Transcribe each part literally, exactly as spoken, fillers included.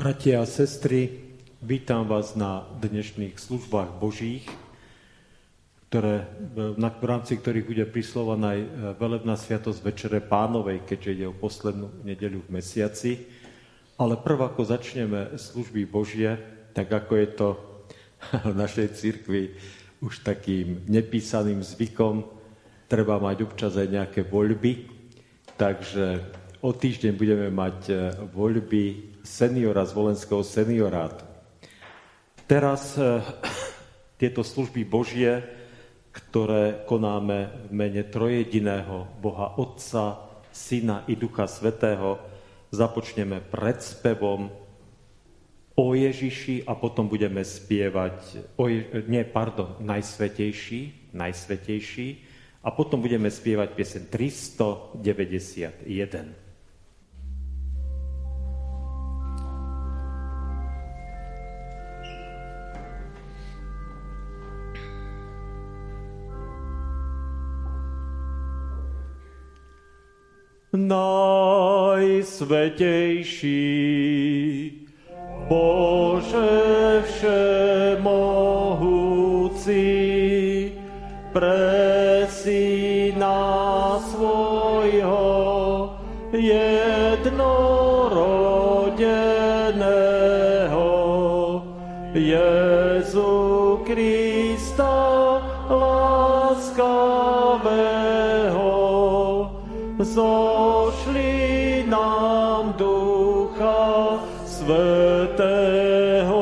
Bratia a sestry, vítam vás na dnešných službách Božích, ktoré, na, v rámci ktorých bude prislovaná aj velebná sviatosť Večere Pánovej, keďže ide o poslednú nedeľu v mesiaci. Ale prv, ako začneme služby Božie, tak ako je to v našej cirkvi už takým nepísaným zvykom, treba mať občas aj nejaké voľby. Takže o týždeň budeme mať voľby seniora z Volenského seniorátu. Teraz e, tieto služby Božie, ktoré konáme v mene trojjediného Boha Otca, Syna i Ducha Svätého, započneme predspevom o Ježiši a potom budeme spievať, o Je- nie, pardon, Najsvätejší, Najsvätejší a potom budeme spievať pieseň tristodeväťdesiatjeden. Najsvätejší Bože všemohúci, pre Syna svojho jednorodeného Jezu Krista láskavého, zošli nám Ducha Svätého.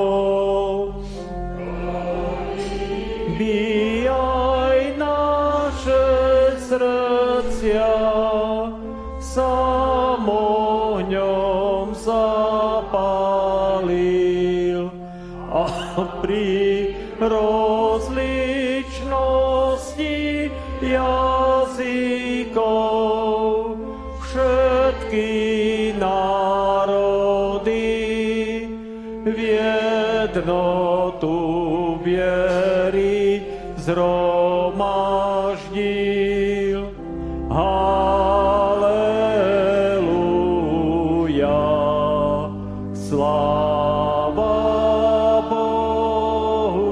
Bijaj naše srdcia, sám ohňom zapálil a pri rozličnosti jazykov všetky národy v jednotu viery zhromaždil. Halelúja, sláva Bohu.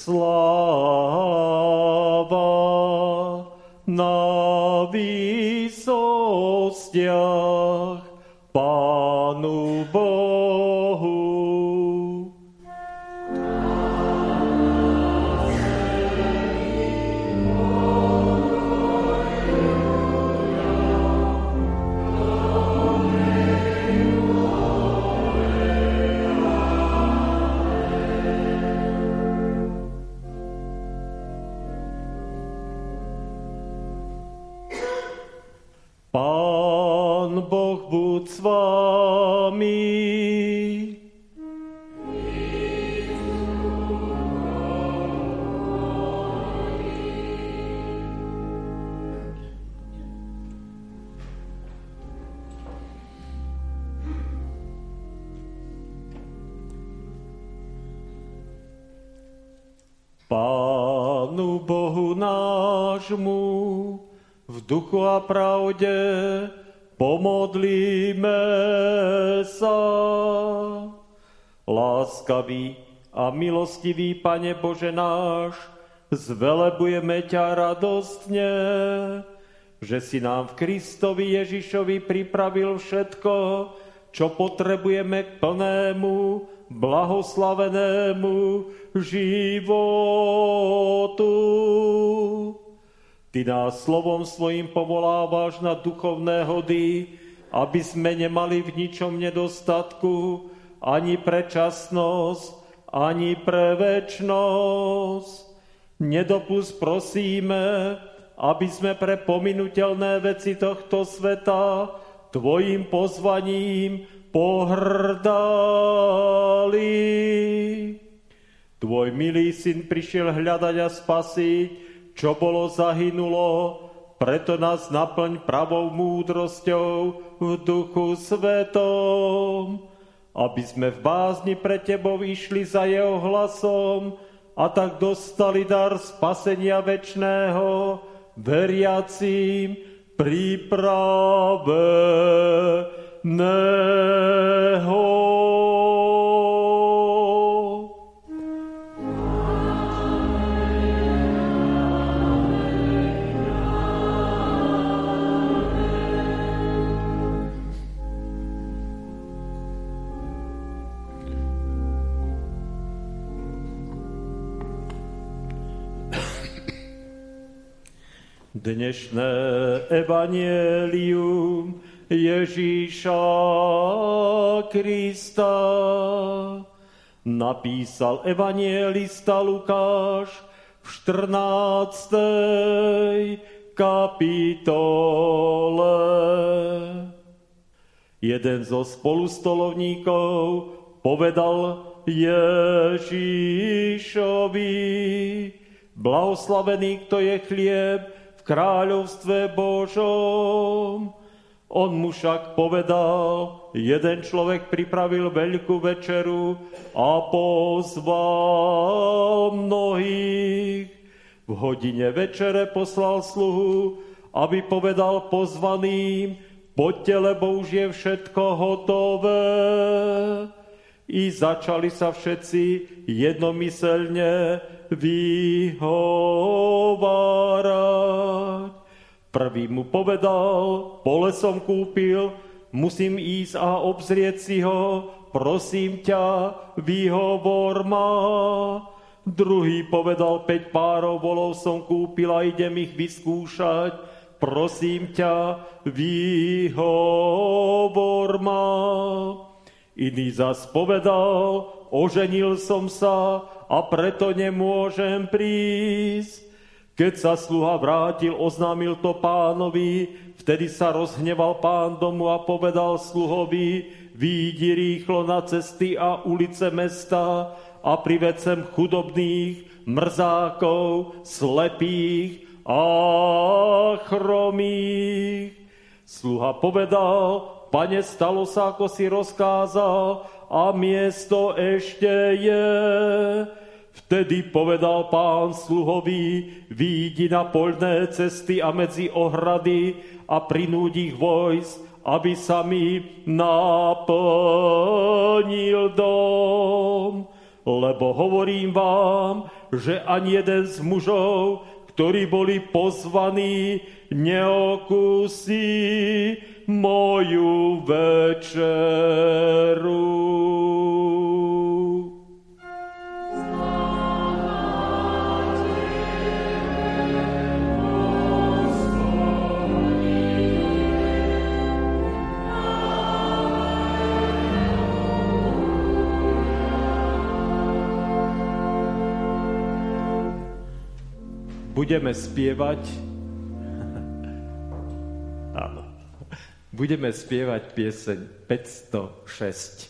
Sláva na výsostiach Pánu Bohu. Pán Boh buď s vámi. Pánu Bohu nášmu v duchu a pravde pomodlíme sa. Láskavý a milostivý Pane Bože náš, zvelebujeme ťa radostne, že si nám v Kristovi Ježišovi pripravil všetko, čo potrebujeme k plnému, blahoslavenému životu. Ty nás slovom svojim povolávaš na duchovné hody, aby sme nemali v ničom nedostatku, ani pre časnosť, ani pre večnosť. Nedopusť prosíme, aby sme pre pominuteľné veci tohto sveta Tvojim pozvaním pohrdali. Tvoj milý syn prišiel hľadať a spasiť, čo bolo zahynulo, preto nás naplň pravou múdrosťou v duchu svetom, aby sme v bázni pre Tebou išli za jeho hlasom a tak dostali dar spasenia večného, veriacím pripraveného. Dnešné evanjelium Ježíša Krista napísal evanjelista Lukáš v štrnástej kapitole. Jeden zo spolustolovníkov povedal Ježíšovi: blahoslavený, kto je chlieb v kráľovstve Božom. On mu však povedal: jeden človek pripravil veľkú večeru a pozval mnohých. V hodine večere poslal sluhu, aby povedal pozvaným: poďte, lebo už je všetko hotové. I začali sa všetci jednomyselne vyhovárať. Prvý mu povedal: pole som kúpil, musím ísť a obzrieť si ho, prosím ťa, vyhovor ma. Druhý povedal: päť párov volov som kúpil a idem ich vyskúšať, prosím ťa, vyhovor ma. Iný zas povedal: oženil som sa a preto nemôžem prísť. Keď sa sluha vrátil, oznámil to pánovi, vtedy sa rozhneval pán domu a povedal sluhovi: výjdi rýchlo na cesty a ulice mesta a priveď sem chudobných, mrzákov, slepých a chromých. Sluha povedal: Pane, stalo sa, ako si rozkázal, a miesto ešte je. Vtedy povedal pán sluhovi: výjdi na poľné cesty a medzi ohrady a prinúď ich vojsť, aby sa mi naplnil dom. Lebo hovorím vám, že ani jeden z mužov, ktorí boli pozvaní, neokúsi moju večeru. Budeme spievať, áno, budeme spievať pieseň päťstošesť.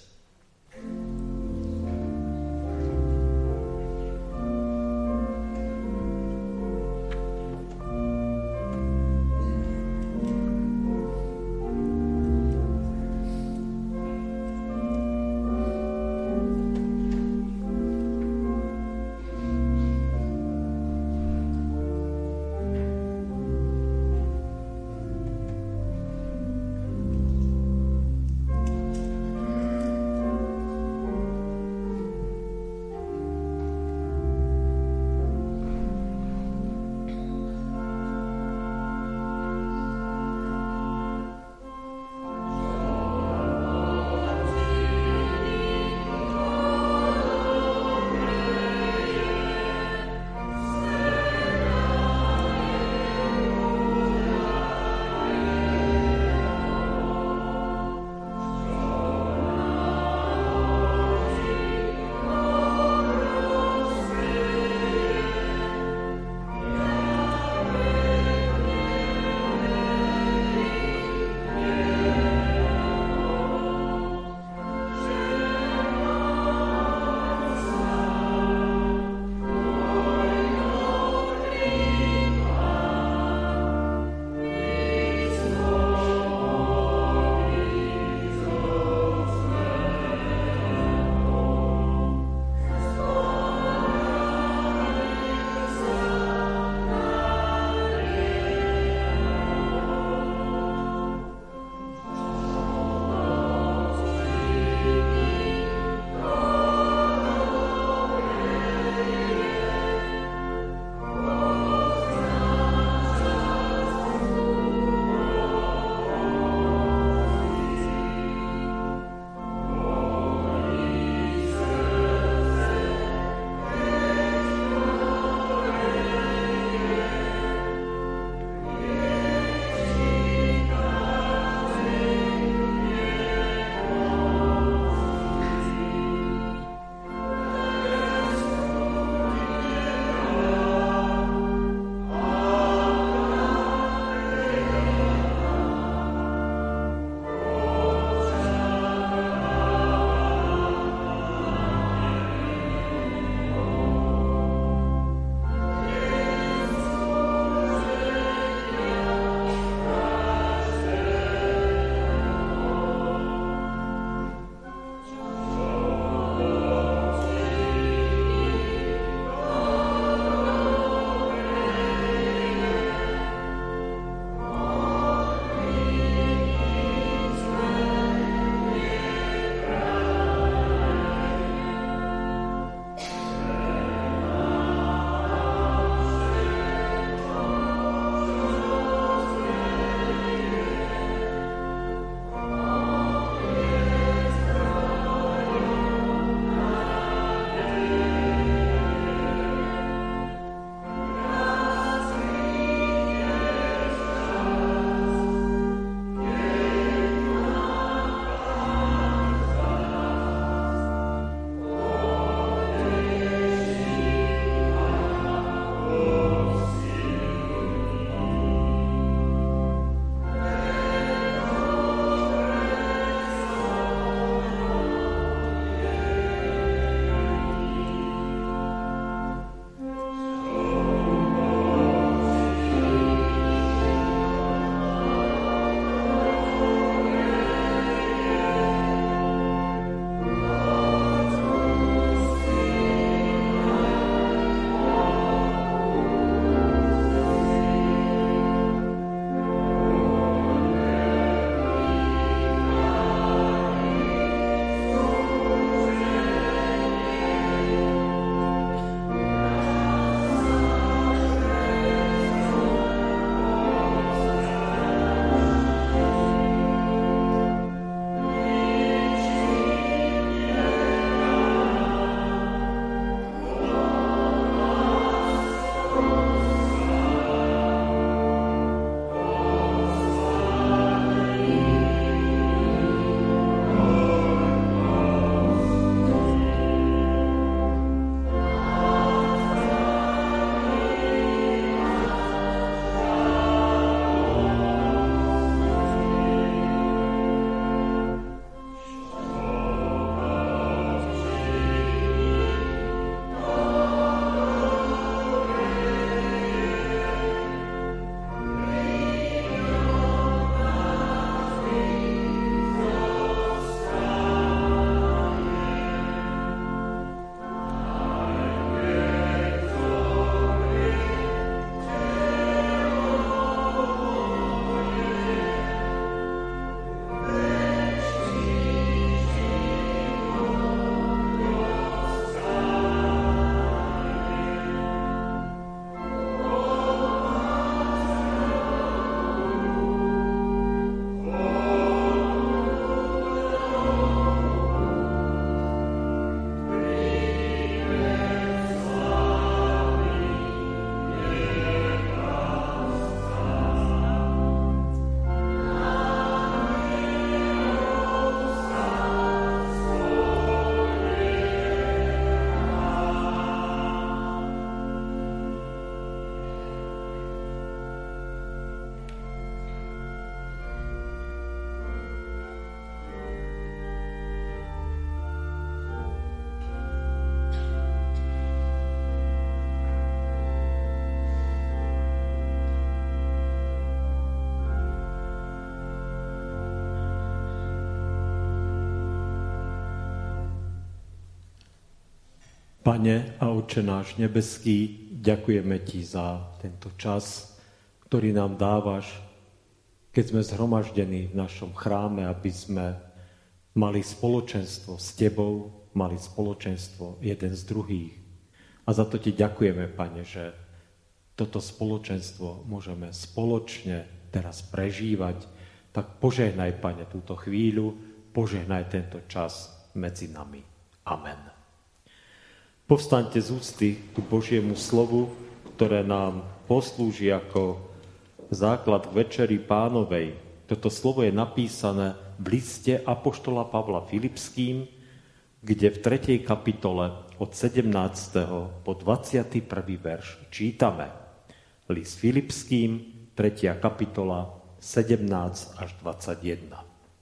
Pane a Otče náš nebeský, ďakujeme Ti za tento čas, ktorý nám dávaš, keď sme zhromaždení v našom chráme, aby sme mali spoločenstvo s Tebou, mali spoločenstvo jeden s druhých. A za to Ti ďakujeme, Pane, že toto spoločenstvo môžeme spoločne teraz prežívať. Tak požehnaj, Pane, túto chvíľu, požehnaj tento čas medzi nami. Amen. Povstaňte z úcty ku Božiemu slovu, ktoré nám poslúži ako základ k Večeri Pánovej. Toto slovo je napísané v liste apoštola Pavla Filipským, kde v tretej kapitole od sedemnásteho po dvadsiaty prvý verš čítame. List Filipským, tretia kapitola, sedemnásť až dvadsaťjeden.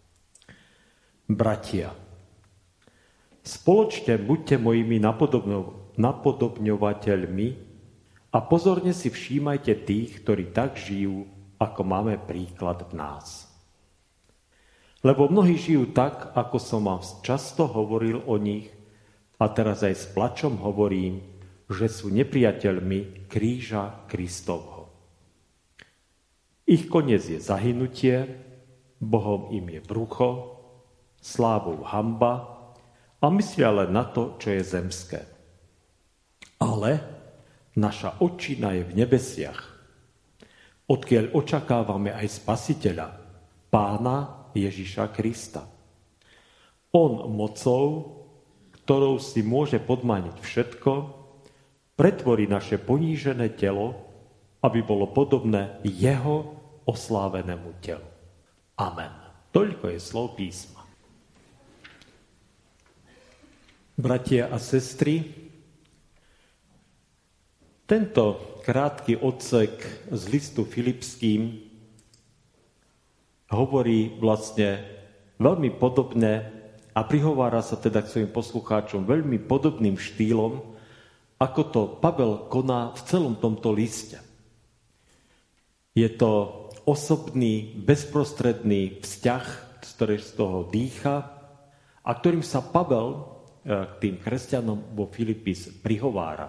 Bratia, spoločne buďte mojimi napodobňovateľmi a pozorne si všímajte tých, ktorí tak žijú, ako máme príklad v nás. Lebo mnohí žijú tak, ako som vám často hovoril o nich, a teraz aj s plačom hovorím, že sú nepriateľmi kríža Kristovho. Ich koniec je zahynutie, Bohom im je brucho, slávou hanba, a myslia len na to, čo je zemské. Ale naša očina je v nebesiach, odkiaľ očakávame aj Spasiteľa, Pána Ježiša Krista. On mocou, ktorou si môže podmaniť všetko, pretvorí naše ponížené telo, aby bolo podobné jeho oslávenému telu. Amen. Toľko je slov písma. Bratia a sestry, tento krátky odsek z listu Filipským hovorí vlastne veľmi podobne a prihovára sa teda k svojim poslucháčom veľmi podobným štýlom, ako to Pavel koná v celom tomto liste. Je to osobný, bezprostredný vzťah, ktorý z toho dýcha a ktorým sa Pavel k tým kresťanom vo Filipis prihovára.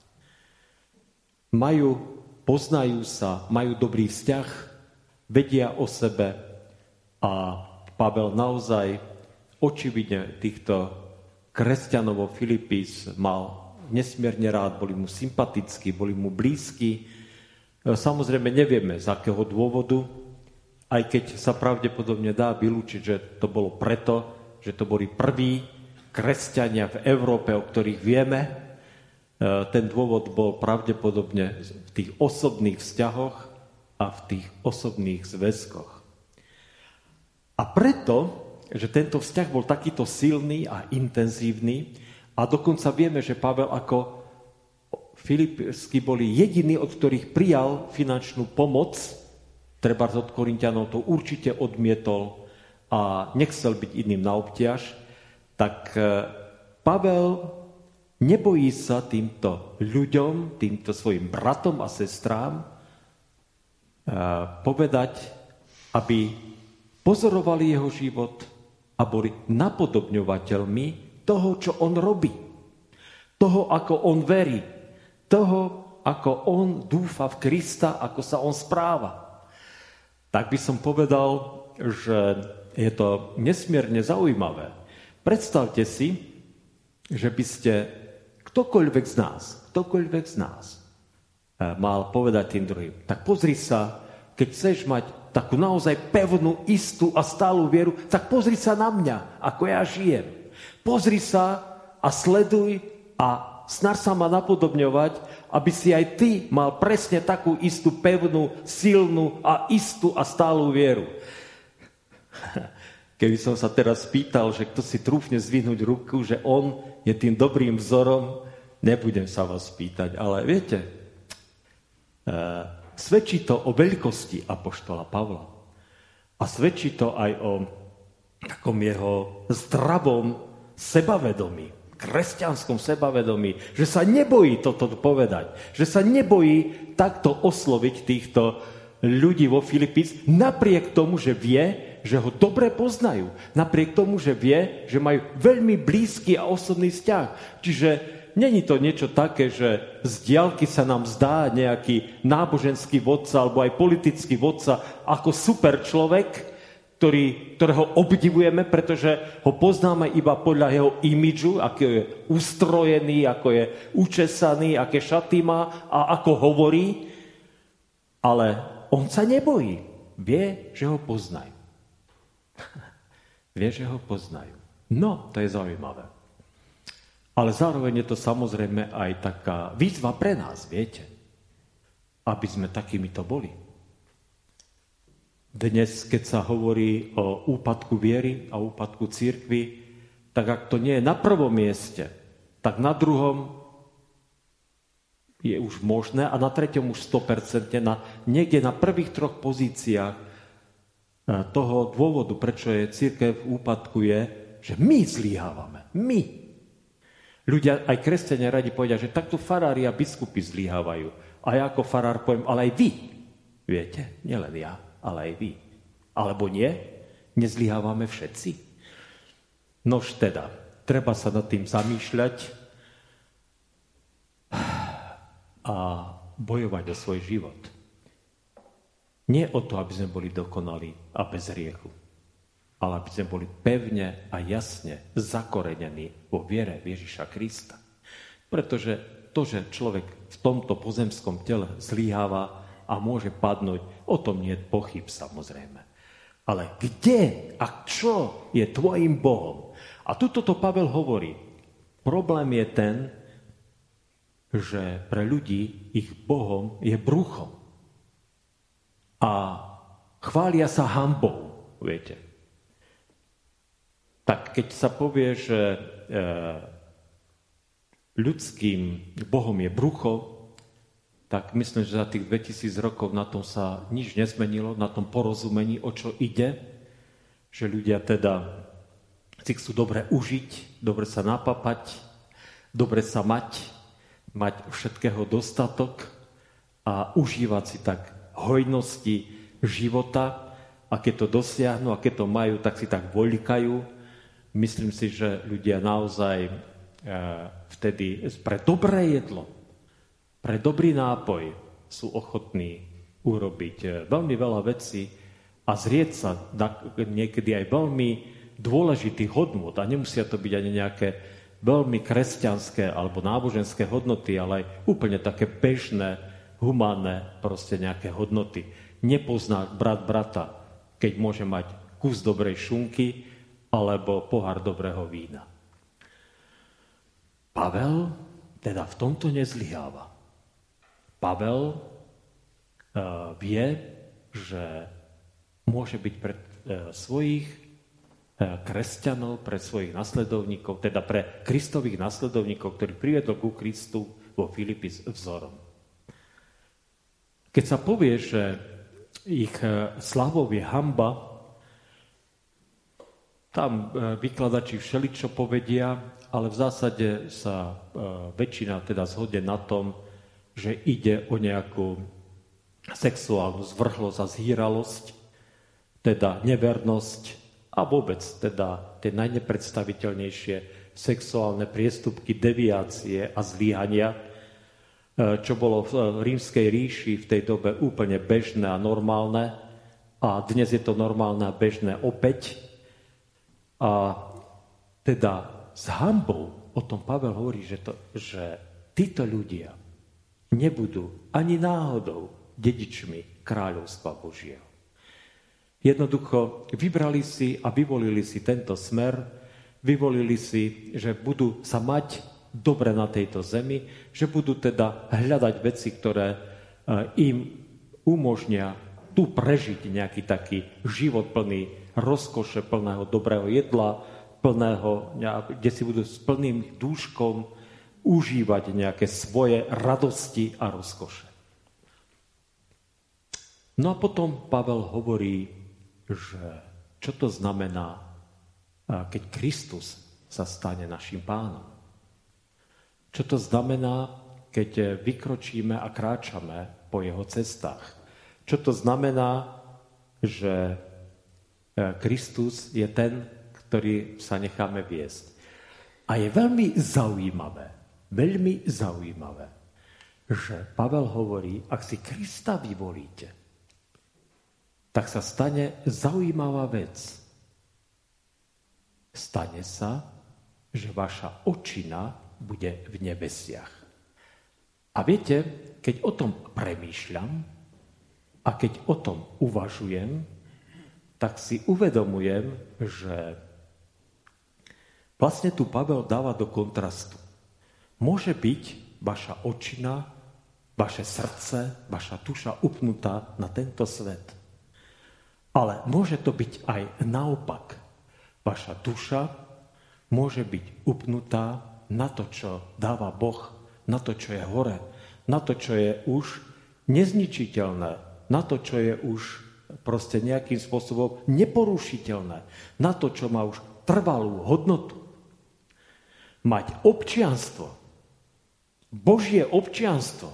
Majú, poznajú sa, majú dobrý vzťah, vedia o sebe a Pavel naozaj očividne týchto kresťanov vo Filipis mal nesmierne rád, boli mu sympatickí, boli mu blízki. Samozrejme nevieme, z akého dôvodu, aj keď sa pravdepodobne dá vylúčiť, že to bolo preto, že to boli prví kresťania v Európe, o ktorých vieme. Ten dôvod bol pravdepodobne v tých osobných vzťahoch a v tých osobných zväzkoch. A preto, že tento vzťah bol takýto silný a intenzívny, a dokonca vieme, že Pavel ako Filipskí boli jediní, od ktorých prijal finančnú pomoc, trebárs od Korinťanov to určite odmietol a nechcel byť iným na obťaž, tak Pavel nebojí sa týmto ľuďom, týmto svojim bratom a sestrám povedať, aby pozorovali jeho život a boli napodobňovateľmi toho, čo on robí. Toho, ako on verí. Toho, ako on dúfa v Krista, ako sa on správa. Tak by som povedal, že je to nesmierne zaujímavé. Predstavte si, že by ste ktokoľvek z nás, ktokoľvek z nás mal povedať tým druhým. Tak pozri sa, keď chceš mať takú naozaj pevnú, istú a stálu vieru, tak pozri sa na mňa, ako ja žijem. Pozri sa a sleduj a snaž sa ma napodobňovať, aby si aj ty mal presne takú istú pevnú, silnú a istú a stálu vieru. Keby som sa teraz spýtal, že kto si trúfne zdvihnúť ruku, že on je tým dobrým vzorom, nebudem sa vás spýtať, ale viete, svedčí to o veľkosti apoštola Pavla. A svedčí to aj o takom jeho zdravom sebavedomí, kresťanskom sebavedomí, že sa nebojí toto povedať, že sa nebojí takto osloviť týchto ľudí vo Filipis, napriek tomu, že vie, že ho dobre poznajú. Napriek tomu, že vie, že majú veľmi blízky a osobný vzťah. Čiže není to niečo také, že z diaľky sa nám zdá nejaký náboženský vodca alebo aj politický vodca ako super človek, ktorý, ktorého obdivujeme, pretože ho poznáme iba podľa jeho imidžu, ako je ustrojený, ako je učesaný, aké šaty má a ako hovorí. Ale on sa nebojí. Vie, že ho poznajú. Vie, že ho poznajú. No, to je zaujímavé. Ale zároveň je to samozrejme aj taká výzva pre nás, viete, aby sme takýmito boli. Dnes, keď sa hovorí o úpadku viery a úpadku cirkvi, tak ak to nie je na prvom mieste, tak na druhom je už možné a na treťom už sto percent, na, niekde na prvých troch pozíciách toho dôvodu, prečo je cirkev v úpadku, je, že my zlyhávame. My. Ľudia, aj kresťania radi povedia, že takto farári a biskupy zlyhávajú. A ja ako farár poviem, ale aj vy. Viete, nielen ja, ale aj vy. Alebo nie? Nezlyhávame všetci? Nož teda, treba sa nad tým zamýšľať a bojovať o svoj život. Nie o to, aby sme boli dokonali a bez hriechu, ale aby sme boli pevne a jasne zakorenení vo viere v Ježiša Krista. Pretože to, že človek v tomto pozemskom tele zlyháva a môže padnúť, o tom nie je pochyb, samozrejme. Ale kde a čo je tvojim Bohom? A tuto to Pavel hovorí. Problém je ten, že pre ľudí ich Bohom je brucho. A chvália sa hanbou, viete. Tak keď sa povie, že e, ľudským Bohom je brucho, tak myslím, že za tých dvetisíc rokov na tom sa nič nezmenilo, na tom porozumení, o čo ide, že ľudia teda si chcú dobre užiť, dobre sa napapať, dobre sa mať, mať všetkého dostatok a užívať si tak hojnosti života a keď to dosiahnu a keď to majú, tak si tak voľkajú. Myslím si, že ľudia naozaj e, vtedy pre dobré jedlo, pre dobrý nápoj sú ochotní urobiť veľmi veľa vecí a zrieť sa niekedy aj veľmi dôležitých hodnôt. A nemusia to byť ani nejaké veľmi kresťanské alebo náboženské hodnoty, ale aj úplne také bežné, humánne proste nejaké hodnoty. Nepozná brat brata, keď môže mať kus dobrej šunky alebo pohár dobrého vína. Pavel teda v tomto nezlyháva. Pavel uh, vie, že môže byť pre uh, svojich uh, kresťanov, pre svojich nasledovníkov, teda pre Kristových nasledovníkov, ktorý priviedol ku Kristu vo Filipi vzorom. Keď sa povie, že ich uh, slavou je hanba, tam uh, vykladači všeličo povedia, ale v zásade sa uh, väčšina teda zhodne na tom, že ide o nejakú sexuálnu zvrhlosť a zhýralosť, teda nevernosť a vôbec teda tie najnepredstaviteľnejšie sexuálne priestupky, deviácie a zlyhania, čo bolo v Rímskej ríši v tej dobe úplne bežné a normálne a dnes je to normálne a bežné opäť. A teda s hanbou, o tom Pavel hovorí, že, to, že títo ľudia nebudú ani náhodou dedičmi kráľovstva Božieho. Jednoducho vybrali si a vyvolili si tento smer, vyvolili si, že budú sa mať dobre na tejto zemi, že budú teda hľadať veci, ktoré im umožnia tu prežiť nejaký taký život plný rozkoše, plného dobrého jedla, plného, kde si budú s plným dúškom užívať nejaké svoje radosti a rozkoše. No a potom Pavel hovorí, že čo to znamená, keď Kristus sa stane našim pánom. Čo to znamená, keď vykročíme a kráčame po jeho cestách. Čo to znamená, že Kristus je ten, ktorý sa necháme viesť. A je veľmi zaujímavé, veľmi zaujímavé, že Pavel hovorí, ak si Krista vyvolíte, tak sa stane zaujímavá vec. Stane sa, že vaša očina bude v nebesiach. A viete, keď o tom premýšľam a keď o tom uvažujem, tak si uvedomujem, že vlastne tu Pavel dáva do kontrastu. Môže byť vaša očina, vaše srdce, vaša duša upnutá na tento svet. Ale môže to byť aj naopak. Vaša duša môže byť upnutá na to, čo dáva Boh, na to, čo je hore, na to, čo je už nezničiteľné, na to, čo je už proste nejakým spôsobom neporušiteľné, na to, čo má už trvalú hodnotu. Mať občianstvo, Božie občianstvo,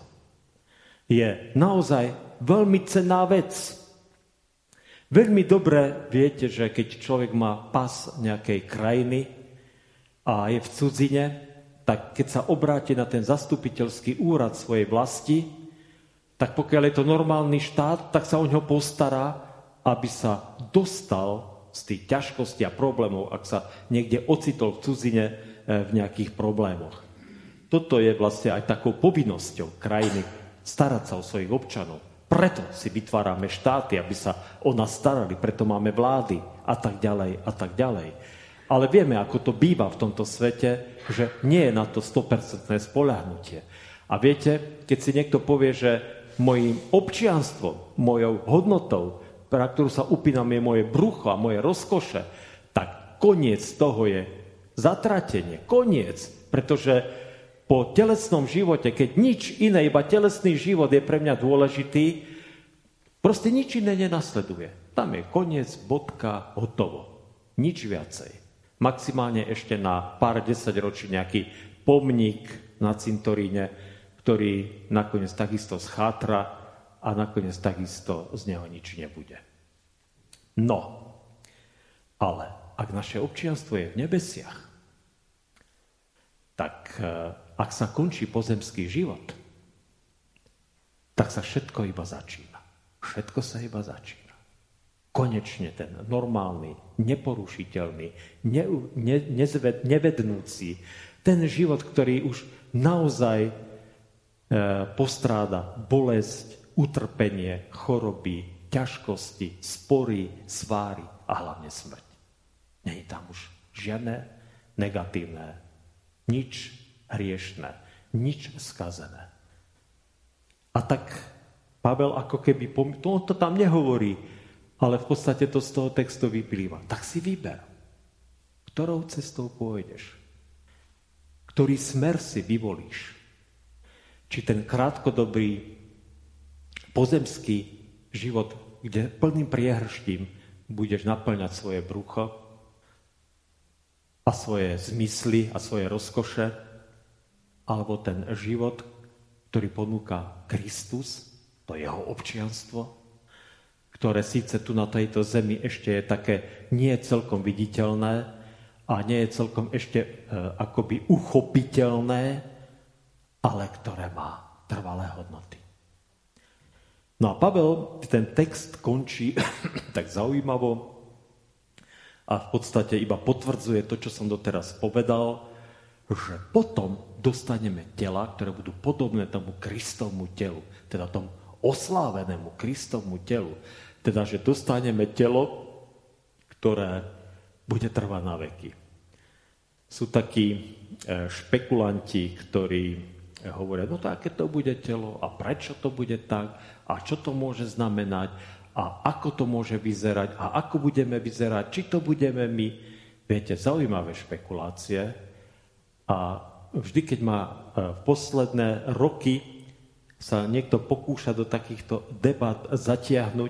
je naozaj veľmi cenná vec. Veľmi dobre viete, že keď človek má pas nejakej krajiny a je v cudzine, tak keď sa obráti na ten zastupiteľský úrad svojej vlasti, tak pokiaľ je to normálny štát, tak sa o ňo postará, aby sa dostal z tých ťažkostí a problémov, ak sa niekde ocitol v cudzine v nejakých problémoch. Toto je vlastne aj takou povinnosťou krajiny starať sa o svojich občanov. Preto si vytvárame štáty, aby sa o nás starali, preto máme vlády a tak ďalej a tak ďalej. Ale vieme, ako to býva v tomto svete, že nie je na to sto percent spoľahnutie. A viete, keď si niekto povie, že mojím občianstvom, mojou hodnotou, na ktorú sa upínam, je moje brucho a moje rozkoše, tak koniec toho je zatratenie. Koniec, pretože po telesnom živote, keď nič iné, iba telesný život je pre mňa dôležitý, proste nič iné nenasleduje. Tam je koniec, bodka, hotovo. Nič viacej. Maximálne ešte na pár desaťročí nejaký pomník na cintoríne, ktorý nakoniec takisto schátra a nakoniec takisto z neho nič nebude. No, ale ak naše občianstvo je v nebesiach, tak ak sa končí pozemský život, tak sa všetko iba začína. Všetko sa iba začína. Konečne ten normálny, neporušiteľný, ne, ne, nezved, nevednúci, ten život, ktorý už naozaj e, postráda bolesť, utrpenie, choroby, ťažkosti, spory, sváry a hlavne smrť. Nie je tam už žiadne negatívne, nič hriešne, nič skazené. A tak Pavel ako keby, to on to tam nehovorí, ale v podstate to z toho textu vyplýva. Tak si vyber, ktorou cestou pôjdeš, ktorý smer si vyvolíš. Či ten krátkodobý pozemský život, kde plným priehrštím budeš naplňať svoje brucho a svoje zmysly a svoje rozkoše, alebo ten život, ktorý ponúka Kristus, to jeho občianstvo, ktoré síce tu na tejto zemi ešte je také nie celkom viditeľné a nie je celkom ešte e, akoby uchopiteľné, ale ktoré má trvalé hodnoty. No a Pavel ten text končí tak zaujímavo a v podstate iba potvrdzuje to, čo som doteraz povedal, že potom dostaneme tela, ktoré budú podobné tomu Kristovmu telu, teda tomu oslávenému Kristovmu telu. Teda, že dostaneme telo, ktoré bude trvať na veky. Sú takí špekulanti, ktorí hovoria, no to aké to bude telo a prečo to bude tak a čo to môže znamenať a ako to môže vyzerať a ako budeme vyzerať, či to budeme my. Viete, zaujímavé špekulácie. A vždy, keď ma v posledné roky sa niekto pokúša do takýchto debat zatiahnuť,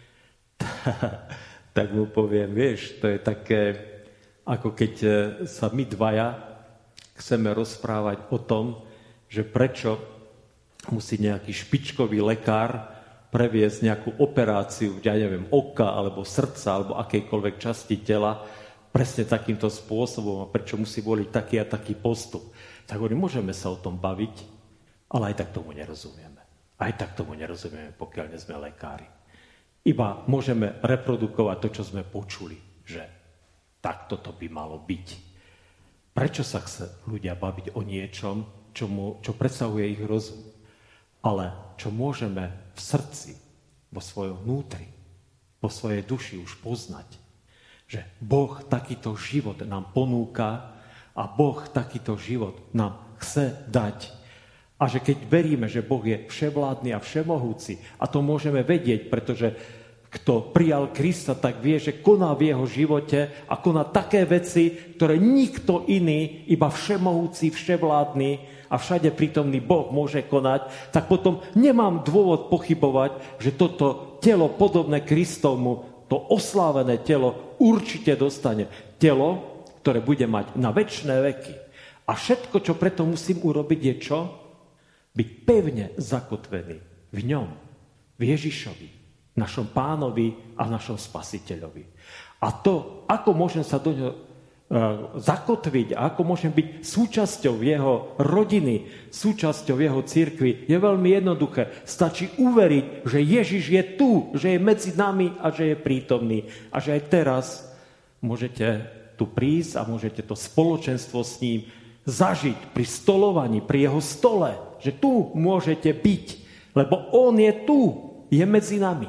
tak mu poviem, vieš, to je také, ako keď sa my dvaja chceme rozprávať o tom, že prečo musí nejaký špičkový lekár previesť nejakú operáciu, ja neviem, oka, alebo srdca, alebo akejkoľvek časti tela, presne takýmto spôsobom a prečo musí voliť taký a taký postup. Tak hovorím, môžeme sa o tom baviť, ale aj tak tomu nerozumieme. Aj tak tomu nerozumieme, pokiaľ nie sme lekári. Iba môžeme reprodukovať to, čo sme počuli, že takto to by malo byť. Prečo sa chce ľudia baviť o niečom, čo, mu, čo presahuje ich rozum? Ale čo môžeme v srdci, vo svojom vnútri, vo svojej duši už poznať, že Boh takýto život nám ponúka a Boh takýto život nám chce dať. A že keď veríme, že Boh je vševládny a všemohúci, a to môžeme vedieť, pretože kto prijal Krista, tak vie, že koná v jeho živote a koná také veci, ktoré nikto iný, iba všemohúci, vševládny a všade prítomný Boh môže konať, tak potom nemám dôvod pochybovať, že toto telo podobné Kristovmu, to oslávené telo určite dostane. Telo, ktoré bude mať na večné veky. A všetko, čo preto musím urobiť, je čo? Byť pevne zakotvený v ňom, v Ježišovi, našom Pánovi a našom Spasiteľovi. A to, ako môžem sa do ňoho uh, zakotviť a ako môžem byť súčasťou jeho rodiny, súčasťou jeho cirkvi, je veľmi jednoduché. Stačí uveriť, že Ježiš je tu, že je medzi nami a že je prítomný. A že aj teraz môžete tu prísť a môžete to spoločenstvo s ním zažiť pri stolovaní, pri jeho stole, že tu môžete byť, lebo on je tu, je medzi nami.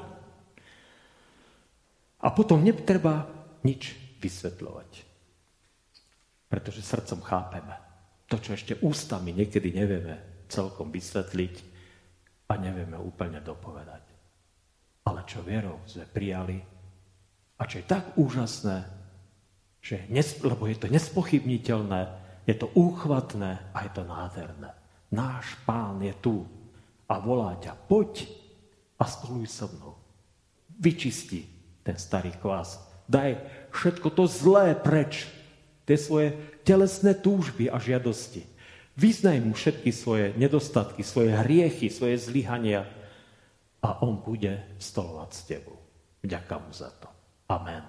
A potom netreba nič vysvetľovať. Pretože srdcom chápeme. To, čo ešte ústami niekedy nevieme celkom vysvetliť a nevieme úplne dopovedať. Ale čo vierou sme prijali a čo je tak úžasné, že nes, lebo je to nespochybniteľné, je to úchvatné a je to nádherné. Náš Pán je tu a volá ťa, poď a stoluj so mnou. Vyčisti ten starý kvás. Daj všetko to zlé preč. Tie svoje telesné túžby a žiadosti. Vyznaj mu všetky svoje nedostatky, svoje hriechy, svoje zlyhania a on bude stolovať s tebou. Vďaka mu za to. Amen.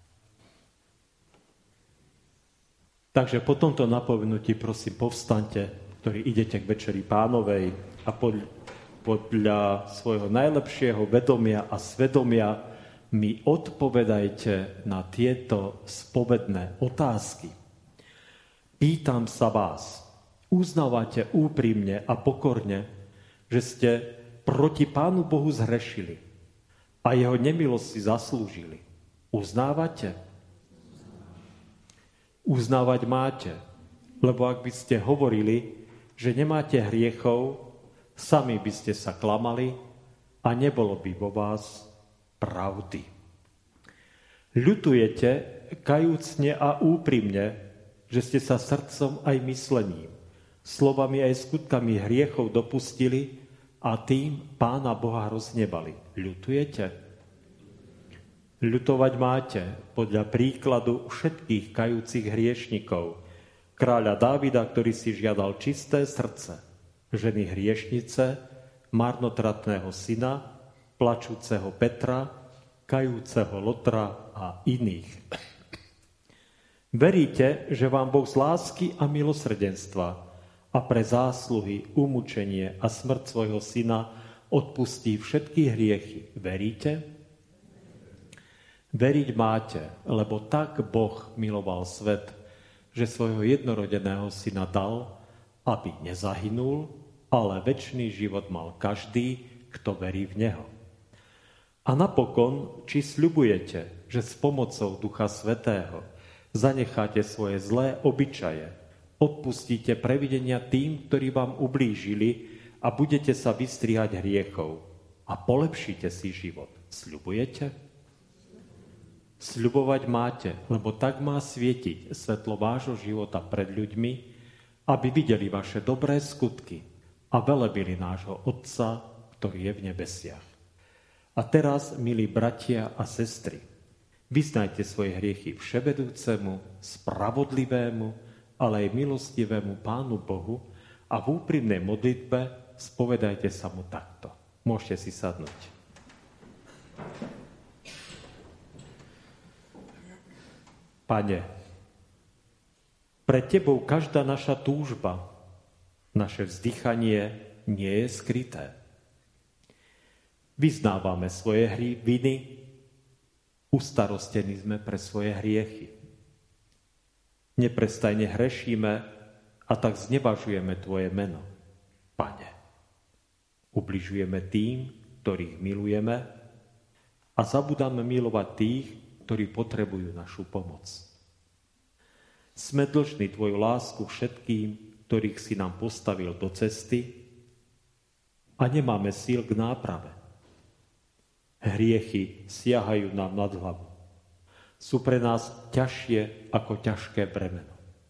Takže po tomto napomenutí prosím povstaňte, ktorí idete k Večeri Pánovej a podľa, podľa svojho najlepšieho vedomia a svedomia mi odpovedajte na tieto spovedné otázky. Pýtam sa vás, uznávate úprimne a pokorne, že ste proti Pánu Bohu zhrešili a jeho nemilosť si zaslúžili. Uznávate? Uznávať máte, lebo ak by ste hovorili, že nemáte hriechov, sami by ste sa klamali a nebolo by vo vás pravdy. Ľutujete kajúcne a úprimne, že ste sa srdcom aj myslením, slovami aj skutkami hriechov dopustili a tým Pána Boha roznebali. Ľutujete? Ľutovať máte podľa príkladu všetkých kajúcich hriešnikov. Kráľa Dávida, ktorý si žiadal čisté srdce, ženy hriešnice, marnotratného syna, plačúceho Petra, kajúceho Lotra a iných. Veríte, že vám Boh z lásky a milosrdenstva a pre zásluhy, umúčenie a smrť svojho syna odpustí všetky hriechy. Veríte? Veriť máte, lebo tak Boh miloval svet, že svojho jednorodeného syna dal, aby nezahynul, ale večný život mal každý, kto verí v neho. A napokon, či sľubujete, že s pomocou Ducha Svätého zanecháte svoje zlé obyčaje, odpustíte previdenia tým, ktorí vám ublížili a budete sa vystrihať hriechov a polepšíte si život. Sľubujete? Sľubovať máte, lebo tak má svietiť svetlo vášho života pred ľuďmi, aby videli vaše dobré skutky a velebili nášho Otca, ktorý je v nebesiach. A teraz, milí bratia a sestry, vyznajte svoje hriechy vševedúcemu, spravodlivému, ale aj milostivému Pánu Bohu a v úprimnej modlitbe spovedajte sa mu takto. Môžete si sadnúť. Pane, pred Tebou každá naša túžba Naše vzdychanie nie je skryté. Vyznávame svoje hry, viny, ustarostení sme pre svoje hriechy. Neprestajne hrešíme a tak znevažujeme Tvoje meno, Pane. Ubližujeme tým, ktorých milujeme a zabudáme milovať tých, ktorí potrebujú našu pomoc. Sme dlžní Tvoju lásku všetkým, ktorých si nám postavil do cesty a nemáme síl k náprave. Hriechy siahajú nám nad hlavu. Sú pre nás ťažšie ako ťažké bremeno.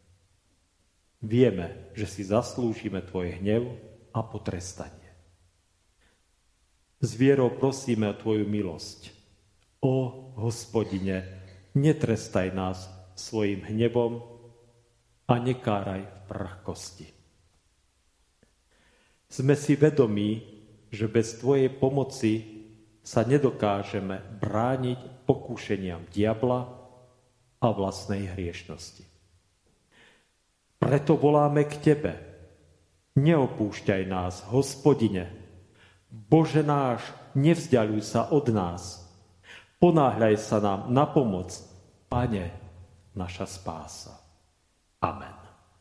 Vieme, že si zaslúžime Tvoj hnev a potrestanie. S vierou prosíme o Tvoju milosť. O Hospodine, netrestaj nás svojim hnevom a nekáraj v prachkosti. Sme si vedomí, že bez Tvojej pomoci sa nedokážeme brániť pokúšeniam diabla a vlastnej hriešnosti. Preto voláme k Tebe. Neopúšťaj nás, Hospodine. Bože náš, nevzdialuj sa od nás. Ponáhľaj sa nám na pomoc, Pane, naša spása. Amen.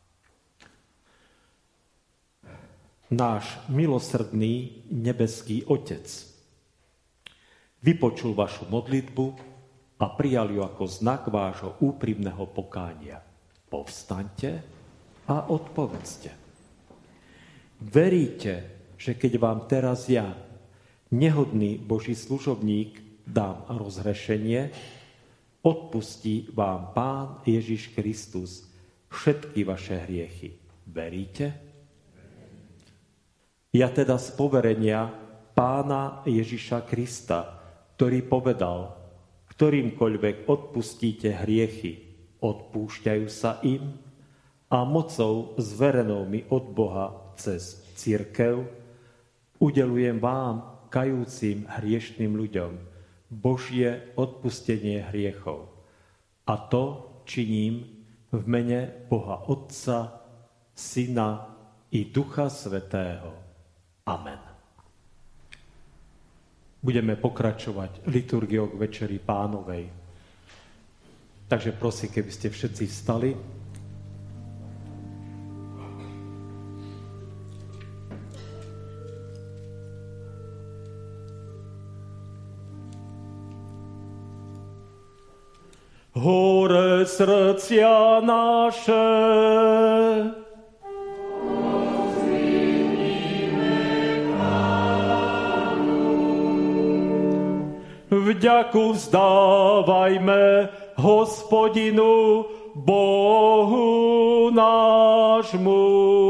Náš milosrdný nebeský Otec vypočul vašu modlitbu a prijal ju ako znak vášho úprimného pokánia. Povstaňte a odpovedzte. Veríte, že keď vám teraz ja, nehodný Boží služobník, dám rozhrešenie, odpustí vám Pán Ježiš Kristus všetky vaše hriechy. Veríte? Ja teda z poverenia Pána Ježiša Krista, ktorý povedal, ktorýmkoľvek odpustíte hriechy, odpúšťajú sa im a mocou zverenou mi od Boha cez cirkev udelujem vám, kajúcim hriešným ľuďom, Božie odpustenie hriechov. A to činím v mene Boha Otca, Syna i Ducha Svätého. Amen. Budeme pokračovať liturgiou k Večeri Pánovej. Takže prosím, keby ste všetci vstali. Hore srdcia naše, vďaku vzdávajme Hospodinu Bohu nášmu.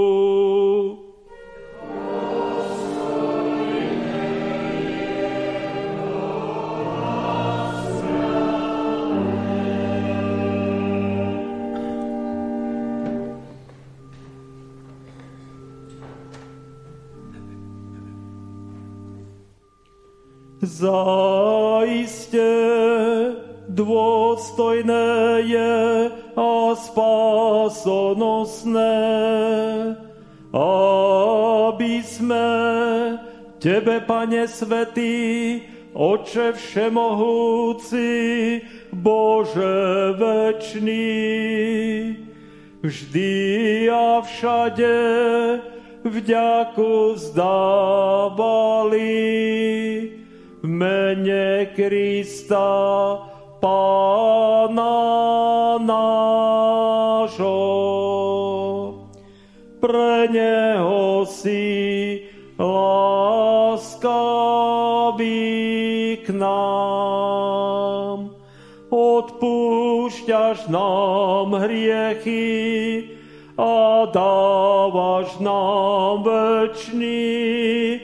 Zaiste dôstojné je a spásonosné, aby sme Tebe, Pane svätý, Oče všemohúci, Bože večný, vždy a všade vďaku vzdávali v mene Krista, Pána nášho. Pre Neho si láskavý k nám. Odpúšťaš nám hriechy a dávaš nám večný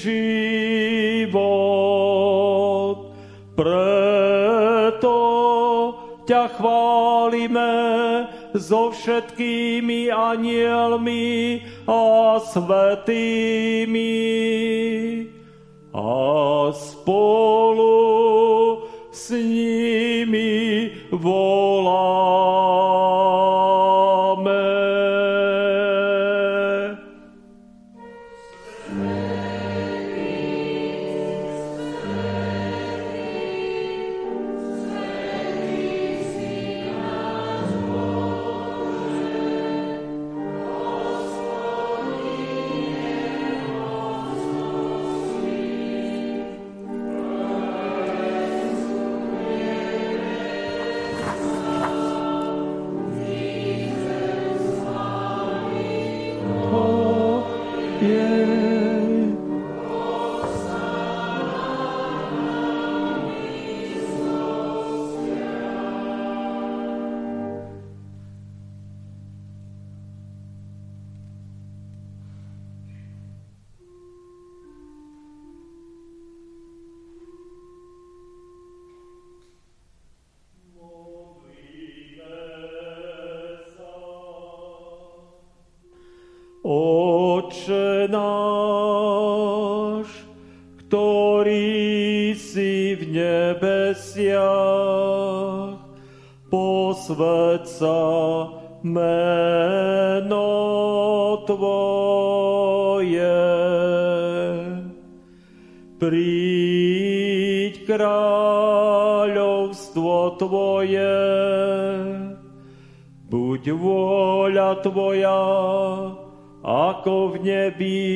život. Preto ťa chválime so všetkými anielmi a svätými a spolu s nimi voláme. Otče náš, ktorý si v nebesiach, posväť sa meno Tvoje. Príď kráľovstvo Tvoje, buď vôľa Tvoja, ako v nebi,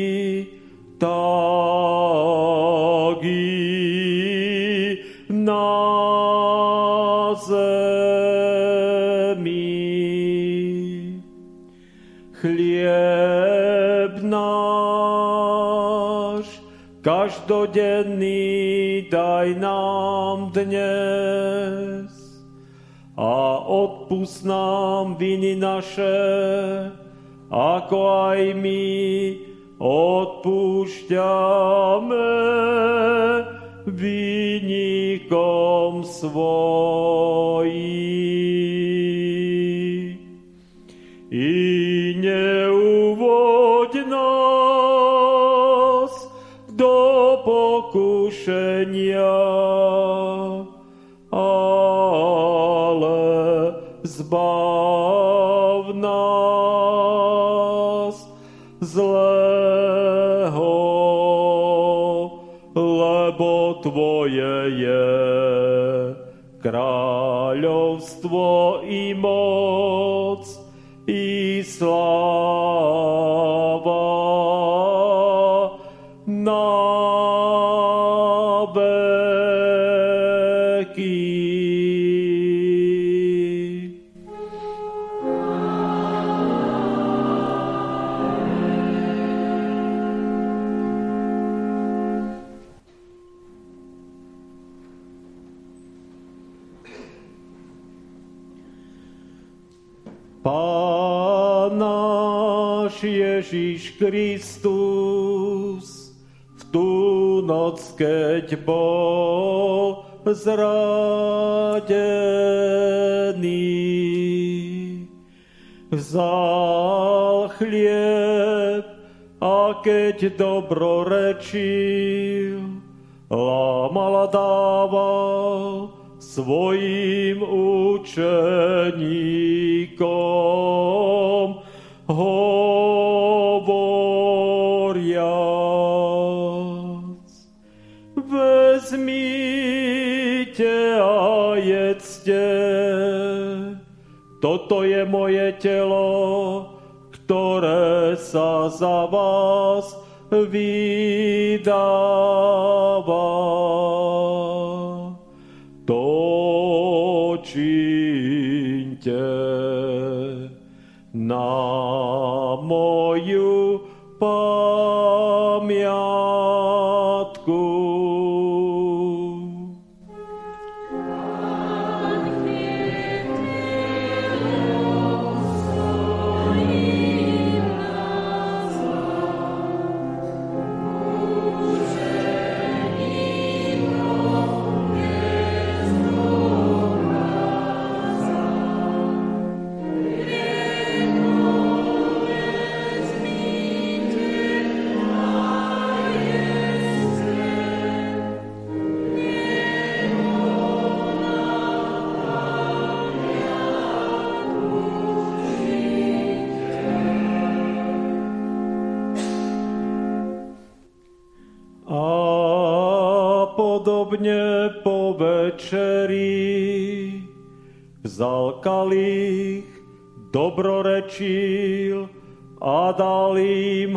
tak i na zemi. Chlieb náš každodenný daj nám dnes a odpusť nám viny naše, ako aj my odpúšťame vinníkom svojim. I neuvoď nás do pokušenia, ale zbav nás zlého, lebo Tvoje je kráľovstvo i moc i sláva na veky. Pán náš Ježiš Kristus v tú noc, keď bol zradený, vzal chlieb a keď dobrorečil, lámal a dával svojim učeníkom, hovoriac: vezmite a jedzte, toto je moje telo, ktoré sa za vás vydáva. To čiňte na moju pamiatku. Podobne po večeri vzal kalich, dobrorečil a dal im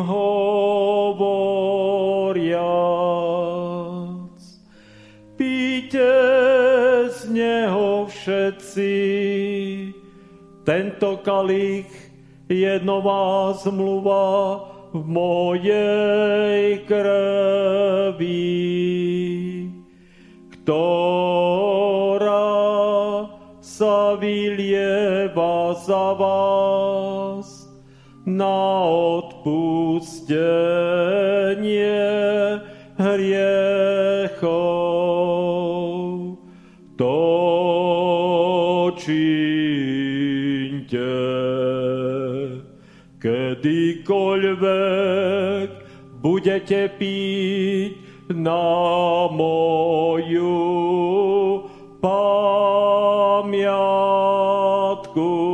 hovoriac: píte z neho všetci, tento kalich je nová zmluva v mojej krvi, ktorá sa vylieva za vás na odpustenie hriechov. To čiňte, keď kedykoľvek budete piť na moju pamiatku.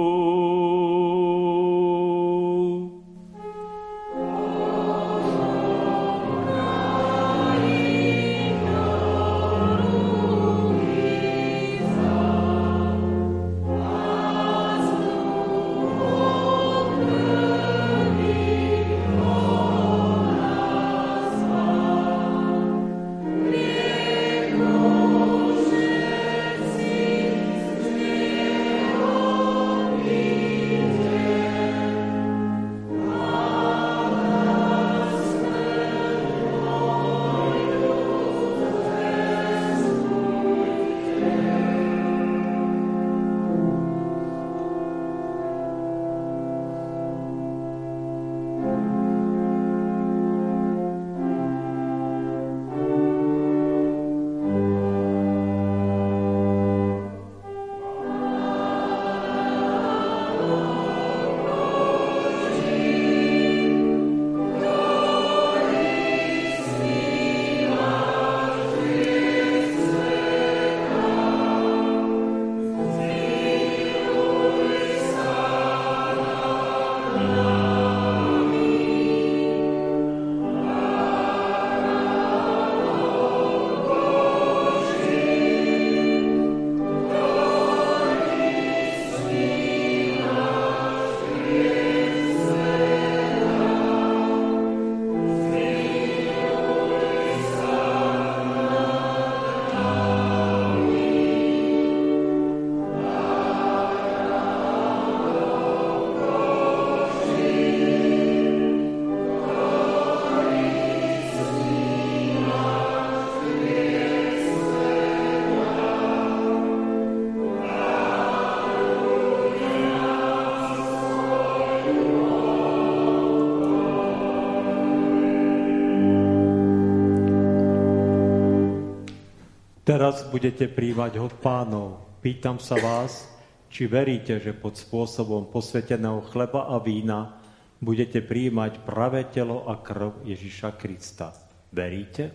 Teraz budete príjmať hod Pánov. Pýtam sa vás, či veríte, že pod spôsobom posväteného chleba a vína budete príjmať pravé telo a krv Ježiša Krista. Veríte?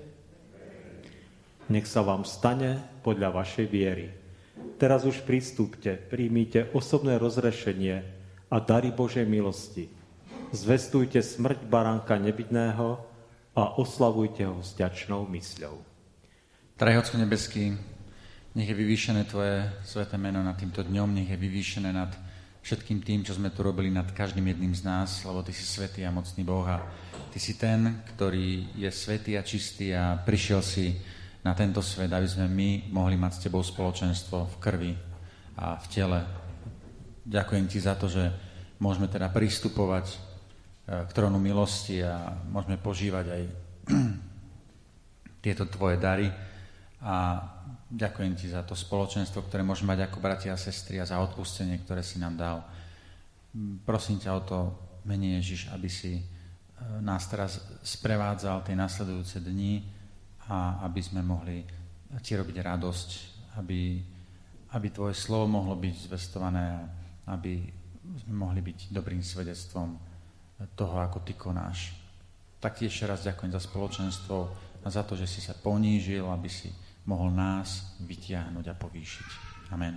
Nech sa vám stane podľa vašej viery. Teraz už pristúpte, príjmite osobné rozrešenie a dary Božej milosti. Zvestujte smrť baránka nevinného a oslavujte ho s vďačnou mysľou. Drahý Otco nebeský, nech je vyvýšené Tvoje sväté meno nad týmto dňom, nech je vyvýšené nad všetkým tým, čo sme tu robili, nad každým jedným z nás, lebo Ty si svätý a mocný Boh a Ty si ten, ktorý je svätý a čistý a prišiel si na tento svet, aby sme my mohli mať s Tebou spoločenstvo v krvi a v tele. Ďakujem Ti za to, že môžeme teda pristupovať k trónu milosti a môžeme požívať aj tieto Tvoje dary. A ďakujem Ti za to spoločenstvo, ktoré môžeme mať ako bratia a sestry a za odpustenie, ktoré si nám dal. Prosím ťa o to, mene Ježiš, aby si nás teraz sprevádzal tie nasledujúce dni a aby sme mohli Ti robiť radosť, aby, aby Tvoje slovo mohlo byť zvestované a aby sme mohli byť dobrým svedectvom toho, ako Ty konáš. Tak Ti ešte raz ďakujem za spoločenstvo a za to, že si sa ponížil, aby si mohol nás vytiahnuť a povýšiť. Amen.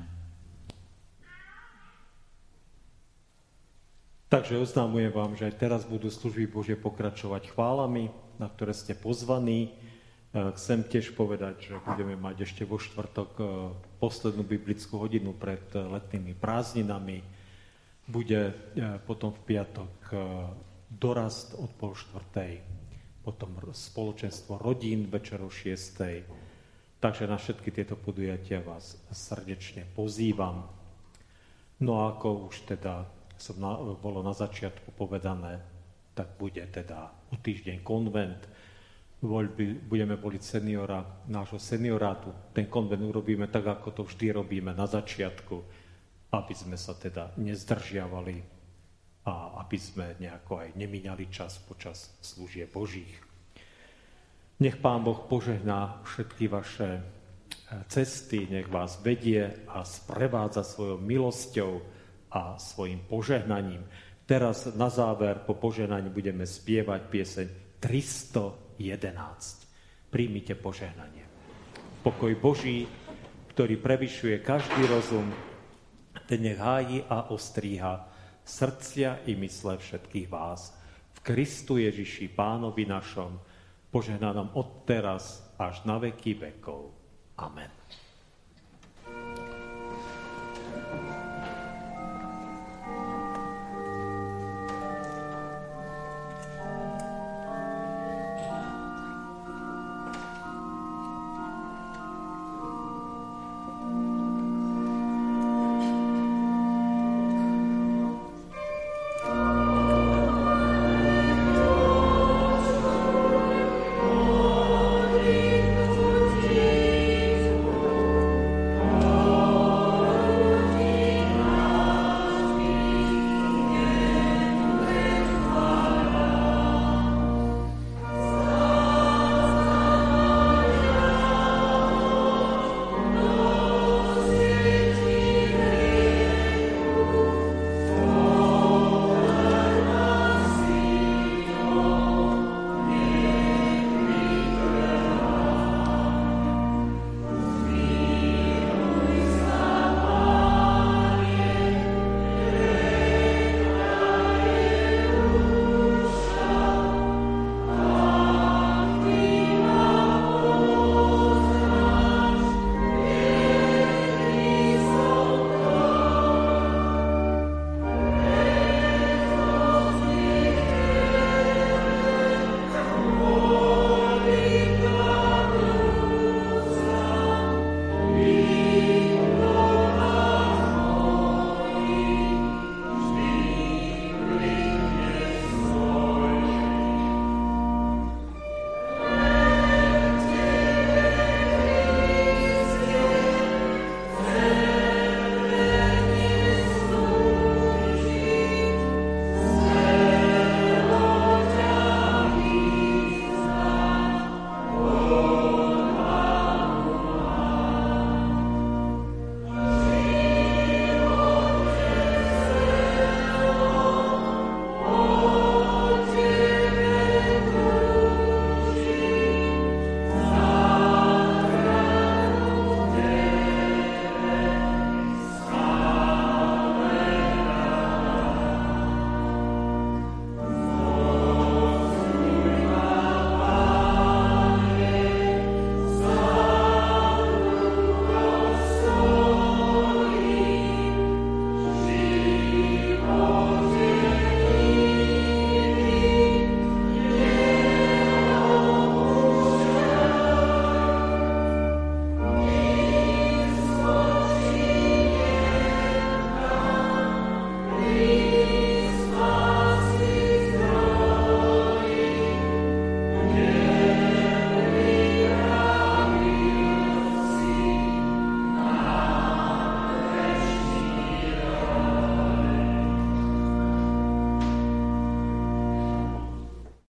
Takže oznámujem vám, že aj teraz budú služby Božie pokračovať chválami, na ktoré ste pozvaní. Chcem tiež povedať, že budeme mať ešte vo štvrtok poslednú biblickú hodinu pred letnými prázdninami. Bude potom v piatok dorast od pol štvrtej, potom spoločenstvo rodín večer o šiestej. Takže na všetky tieto podujatia vás srdečne pozývam. No a ako už teda som na, bolo na začiatku povedané, tak bude teda o týždeň konvent. Voľby, budeme voliť seniora, nášho seniorátu. Ten konvent urobíme tak, ako to vždy robíme na začiatku, aby sme sa teda nezdržiavali a aby sme nejako aj nemíňali čas počas služieb Božích. Nech Pán Boh požehná všetky vaše cesty, nech vás vedie a sprevádza svojou milosťou a svojim požehnaním. Teraz na záver po požehnaní budeme spievať pieseň tristojedenásť. Príjmite požehnanie. Pokoj Boží, ktorý prevyšuje každý rozum, ten nech hájí a ostríha srdcia i mysle všetkých vás. V Kristu Ježiši, Pánovi našom, požehnanom od teraz až na veky vekov. Amen.